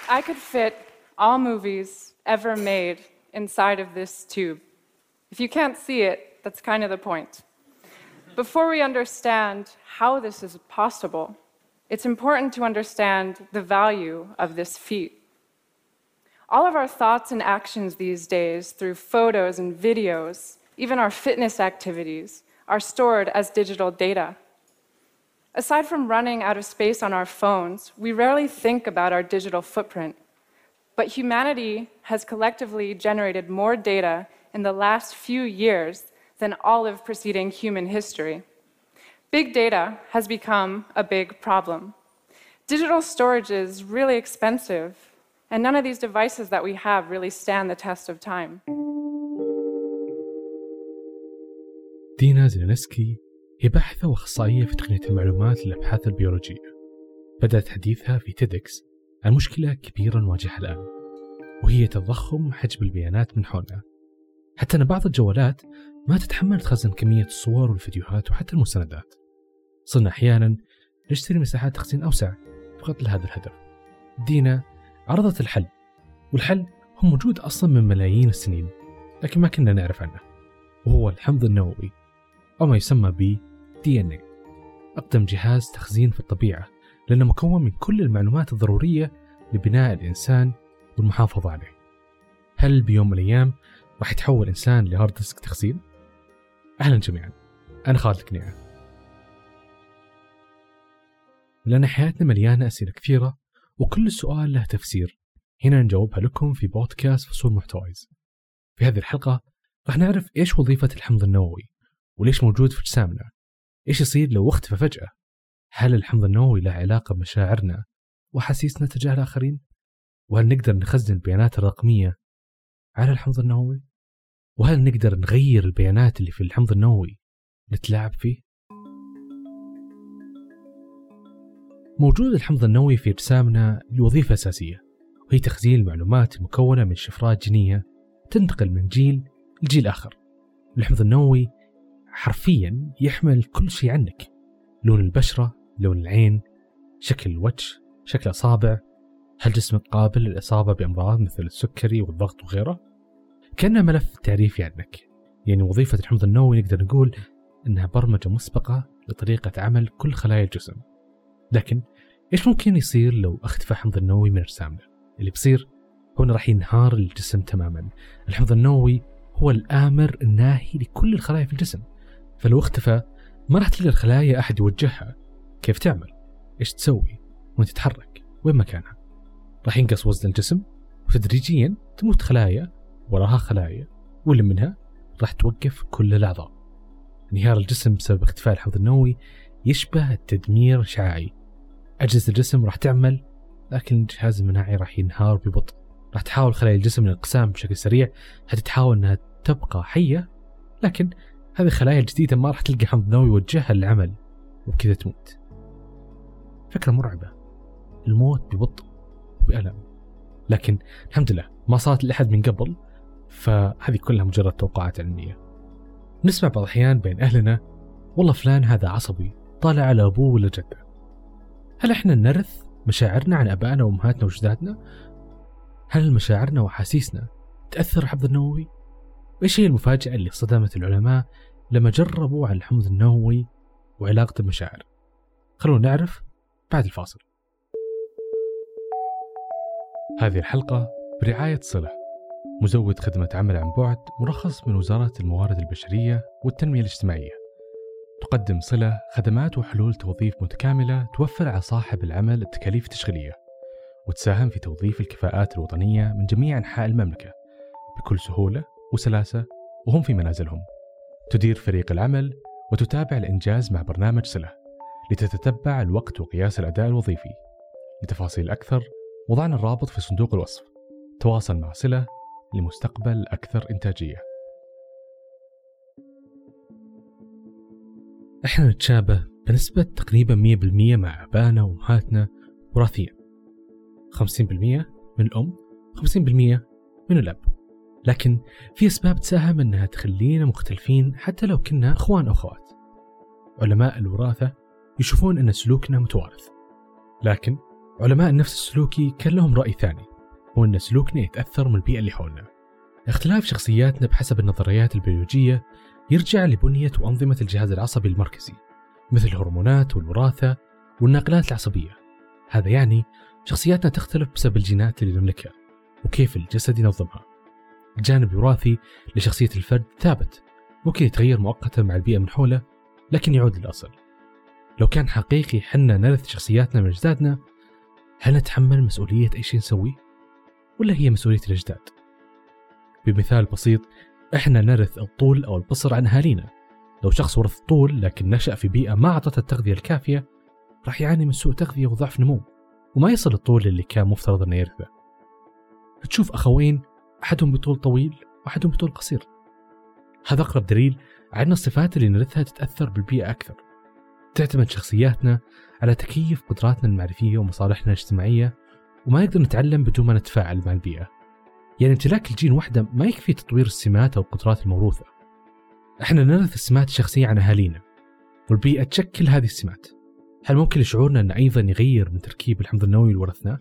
I could fit all movies ever made inside of this tube. If you can't see it, that's kind of the point. Before we understand how this is possible, it's important to understand the value of this feat. All of our thoughts and actions these days, through photos and videos, even our fitness activities, are stored as digital data. Aside from running out of space on our phones, we rarely think about our digital footprint. But humanity has collectively generated more data in the last few years than all of preceding human history. Big data has become a big problem. Digital storage is really expensive, and none of these devices that we have really stand the test of time. دينا زيلينسكي هي باحثة وأخصائية في تقنية المعلومات للأبحاث البيولوجية. بدأت حديثها في تيدكس عن مشكلة كبيرة نواجهها الآن، وهي تضخم حجم البيانات من حولنا، حتى أن بعض الجوالات ما تتحمل تخزن كمية الصور والفيديوهات وحتى المستندات. صرنا أحيانا نشتري مساحات تخزين أوسع فقط لهذا الهدف. دينا عرضت الحل، والحل هو موجود أصلا من ملايين السنين لكن ما كنا نعرف عنه، وهو الحمض النووي أو ما يسمى ب DNA، أقدم جهاز تخزين في الطبيعة لأنه مكون من كل المعلومات الضرورية لبناء الإنسان والمحافظة عليه. هل بيوم من الأيام راح يتحول الإنسان لهارد ديسك تخزين؟ أهلا جميعا، أنا خالد الكنيعة. لأن حياتنا مليانة أسئلة كثيرة وكل سؤال له تفسير، هنا نجاوبها لكم في بودكاست فصول محتوايز. في هذه الحلقة راح نعرف إيش وظيفة الحمض النووي وليش موجود في أجسامنا، إيش يصير لو اختفى فجأة، هل الحمض النووي له علاقة بمشاعرنا وحاسيسنا تجاه الآخرين، وهل نقدر نخزن البيانات الرقمية على الحمض النووي، وهل نقدر نغير البيانات اللي في الحمض النووي نتلاعب فيه. موجود الحمض النووي في أجسامنا لوظيفة أساسية، وهي تخزين المعلومات المكونة من شفرات جينية تنتقل من جيل لجيل آخر. الحمض النووي حرفيا يحمل كل شيء عنك، لون البشرة، لون العين، شكل الوجه، شكل أصابع، هل جسمك قابل للإصابة بأمراض مثل السكري والضغط وغيره. كأنه ملف تعريفي عنك. يعني وظيفة الحمض النووي نقدر نقول إنها برمجة مسبقة لطريقة عمل كل خلايا الجسم. لكن إيش ممكن يصير لو اختفى الحمض النووي من أجسامنا؟ اللي بيصير هو إنه راح ينهار الجسم تماما. الحمض النووي هو الآمر الناهي لكل الخلايا في الجسم، فلو اختفى ما راح تلقى الخلايا أحد يوجهها كيف تعمل، إيش تسوي، وين تتحرك، وين مكانها. راح ينقص وزن الجسم وتدريجيا تموت خلايا وراها خلايا، واللي منها راح توقف كل الأعضاء. انهيار الجسم بسبب اختفاء الحمض النووي يشبه التدمير الشعاعي. أجهزة الجسم راح تعمل لكن الجهاز المناعي راح ينهار ببطء. راح تحاول خلايا الجسم الانقسام بشكل سريع حتى تحاول أنها تبقى حية، لكن هذه الخلايا الجديدة ما راح تلقى حمض نووي يوجهها للعمل، وبكذا تموت. فكرة مرعبة، الموت ببطء وبألم، لكن الحمد لله ما صارت لأحد من قبل، فهذه كلها مجرد توقعات علمية. نسمع بعض الأحيان بين أهلنا والله فلان هذا عصبي طالع على أبوه ولا جده. هل إحنا نرث مشاعرنا عن أبائنا وأمهاتنا وجداتنا؟ هل مشاعرنا وحاسيسنا تأثر الحمض النووي؟ وإيش هي المفاجأة اللي صدمت العلماء لما جربوا على الحمض النووي وعلاقة المشاعر؟ خلونا نعرف بعد الفاصل. هذه الحلقة برعاية صلة، مزود خدمة عمل عن بعد مرخص من وزارة الموارد البشرية والتنمية الاجتماعية. تقدم صلة خدمات وحلول توظيف متكاملة توفر على صاحب العمل التكاليف التشغيلية، وتساهم في توظيف الكفاءات الوطنية من جميع أنحاء المملكة بكل سهولة وسلاسة وهم في منازلهم. تدير فريق العمل وتتابع الإنجاز مع برنامج صلة لتتتبع الوقت وقياس الأداء الوظيفي. لتفاصيل أكثر وضعنا الرابط في صندوق الوصف. تواصل مع صلة لمستقبل أكثر إنتاجية. إحنا نتشابه بنسبة تقريبا 100% مع أبانا وأمهاتنا وراثيا، 50% من الأم 50% من الأب. لكن في أسباب تساهم أنها تخلينا مختلفين حتى لو كنا أخوان أو أخوات. علماء الوراثة يشوفون أن سلوكنا متوارث، لكن علماء النفس السلوكي كان لهم رأي ثاني، هو أن سلوكنا يتأثر من البيئة اللي حولنا. اختلاف شخصياتنا بحسب النظريات البيولوجية يرجع لبنية وأنظمة الجهاز العصبي المركزي، مثل الهرمونات والوراثة والناقلات العصبية. هذا يعني شخصياتنا تختلف بسبب الجينات اللي نملكها وكيف الجسد ينظمها. الجانب الوراثي لشخصية الفرد ثابت، ممكن يتغير مؤقتا مع البيئة من حوله لكن يعود للأصل. لو كان حقيقي حنا نرث شخصياتنا من أجدادنا، هل نتحمل مسؤولية أي شيء نسويه؟ ولا هي مسؤولية الأجداد؟ بمثال بسيط، إحنا نرث الطول أو البصر عن أهالينا. لو شخص ورث طول لكن نشأ في بيئة ما أعطته التغذية الكافية، راح يعاني من سوء تغذية وضعف نمو، وما يصل الطول اللي كان مفترض أنه يرثه. تشوف أخوين أحدهم بطول طويل وأحدهم بطول قصير، هذا أقرب دليل على أن الصفات اللي نرثها تتأثر بالبيئة أكثر. تعتمد شخصياتنا على تكيف قدراتنا المعرفية ومصالحنا الاجتماعية، وما نقدر نتعلم بدون ما نتفاعل مع البيئة. يعني امتلاك الجين وحده ما يكفي تطوير السمات أو القدرات الموروثة. احنا نرث السمات الشخصية عن أهالينا، والبيئة تشكل هذه السمات. هل ممكن لشعورنا أن أيضا يغير من تركيب الحمض النووي اللي ورثناه؟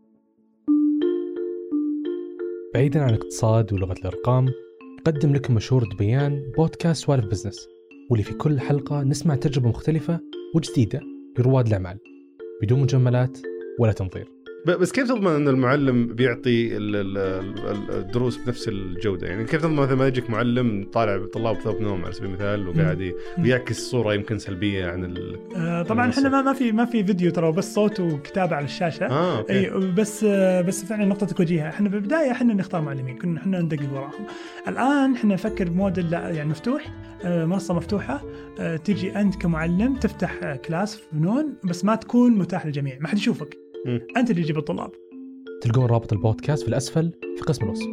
بعيدا عن الاقتصاد ولغة الأرقام، قدم لكم مشهور دبيان بودكاست سوالف بزنس، واللي في كل حلقة نسمع تجربة مختلفة وجديدة لرواد الأعمال بدون مجملات ولا تنظير. بس كيف تضمن أن المعلم بيعطي الدروس بنفس الجودة؟ يعني كيف تضمن مثلا ما يجيك معلم طالع طلاب ثوب نوم على سبيل المثال وقاعد بيعكس صورة يمكن سلبية عن طبعا احنا ما في فيديو ترى، بس صوت وكتابة على الشاشة. اي بس فعلا نقطة وجيهة. احنا بالبداية احنا نختار معلمين، كنا احنا ندقق وراهم. الآن احنا نفكر بموديل يعني مفتوح، منصة مفتوحة. تيجي أنت كمعلم تفتح كلاس فنون، بس ما تكون متاح للجميع، ما حد يشوفك، أنت اللي تجيب الطلاب. تلقون رابط البودكاست في الأسفل في قسم الوصف.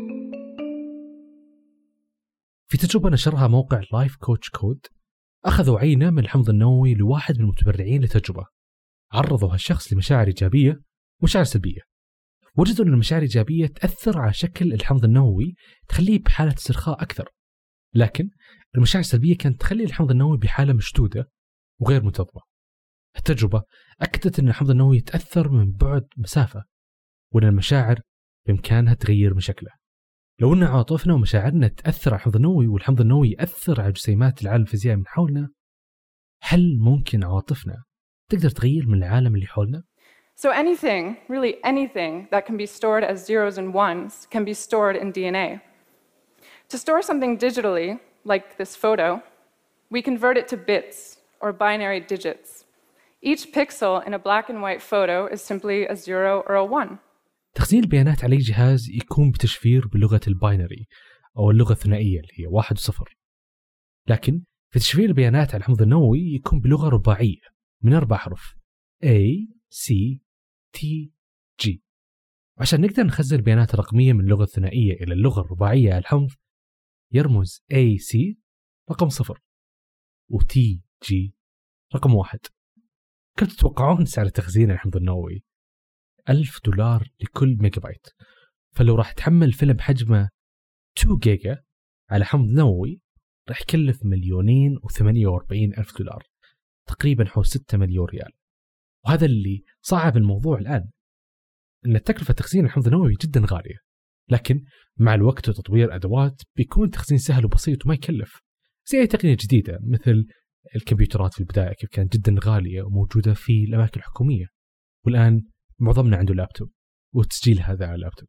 في تجربة نشرها موقع لايف كوتش كود، أخذوا عينة من الحمض النووي لواحد من المتبرعين لتجربة، عرضوا هالشخص لمشاعر إيجابية ومشاعر سلبية. وجدوا أن المشاعر الإيجابية تأثر على شكل الحمض النووي، تخليه بحالة استرخاء أكثر، لكن المشاعر السلبية كانت تخلي الحمض النووي بحالة مشدودة وغير منتظمة. التجربة أكدت أن الحمض النووي يتأثر من بعد مسافة، وأن المشاعر بإمكانها تغير من شكله. لو أن عواطفنا ومشاعرنا تأثر على الحمض النووي والحمض النووي يأثر على جسيمات العالم الفيزيائي من حولنا، هل ممكن عواطفنا تقدر تغير من العالم اللي حولنا؟ So anything, really anything that can be stored as zeros and ones can be stored in DNA. To store something digitally, like this photo, we convert it to bits or binary digits. Each pixel in a black and white photo is simply a 0 or a 1. تخزين البيانات على أي جهاز يكون بتشفير بلغة الباينري أو اللغة الثنائية اللي هي 1 و0. لكن في تشفير البيانات على الحمض النووي يكون بلغة رباعية من 4 حروف A, C, T, G. وعشان نقدر نخزن البيانات الرقمية من اللغة الثنائية إلى اللغة الرباعية على الحمض، يرمز A, C رقم 0 و T, G رقم 1. كم تتوقعون سعر تخزين الحمض النووي؟ $1000 لكل ميجا بايت. فلو راح تحمل فيلم حجمه 2 جيجا على حمض نووي راح يكلف $2,048,000، تقريبا حول 6 مليون ريال. وهذا اللي صعب الموضوع الآن، أن تكلفة تخزين الحمض النووي جدا غالية، لكن مع الوقت وتطوير أدوات بيكون تخزين سهل وبسيط وما يكلف، زي أي تقنية جديدة مثل الكمبيوترات في البداية كيف كانت جدا غالية وموجودة في الأماكن الحكومية، والآن معظمنا عنده لابتوب وتسجيل هذا على اللابتوب.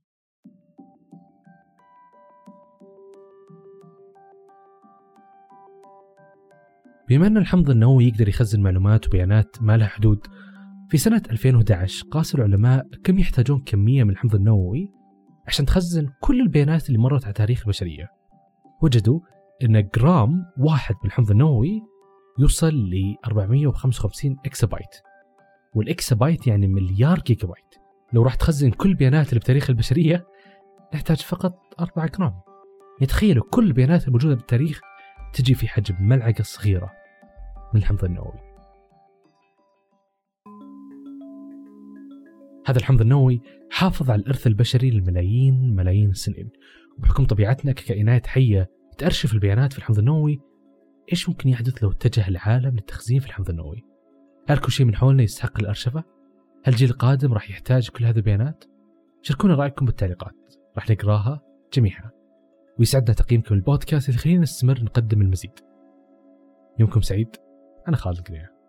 بما أن الحمض النووي يقدر يخزن معلومات وبيانات ما لها حدود، في سنة 2011 قاس العلماء كم يحتاجون كمية من الحمض النووي عشان تخزن كل البيانات اللي مرت على تاريخ البشرية. وجدوا أن جرام واحد من الحمض النووي يوصل ل 455 إكسابايت، والإكسابايت يعني مليار جيجا بايت. لو راح تخزن كل البيانات اللي بتاريخ البشرية نحتاج فقط 4 جرام. يتخيلوا كل البيانات الموجودة بالتاريخ تجي في حجم ملعقة صغيرة من الحمض النووي. هذا الحمض النووي حافظ على الإرث البشري لملايين السنين، وبحكم طبيعتنا ككائنات حية تأرشف البيانات في الحمض النووي، إيش ممكن يحدث لو اتجه العالم للتخزين في الحمض النووي؟ هل كل شيء من حولنا يستحق الأرشفة؟ هل الجيل القادم راح يحتاج كل هذه البيانات؟ شاركونا رأيكم بالتعليقات، راح نقراها جميعا. ويسعدنا تقييمكم البودكاست اللي يخلينا نستمر نقدم المزيد. يومكم سعيد. أنا خالد القنيع.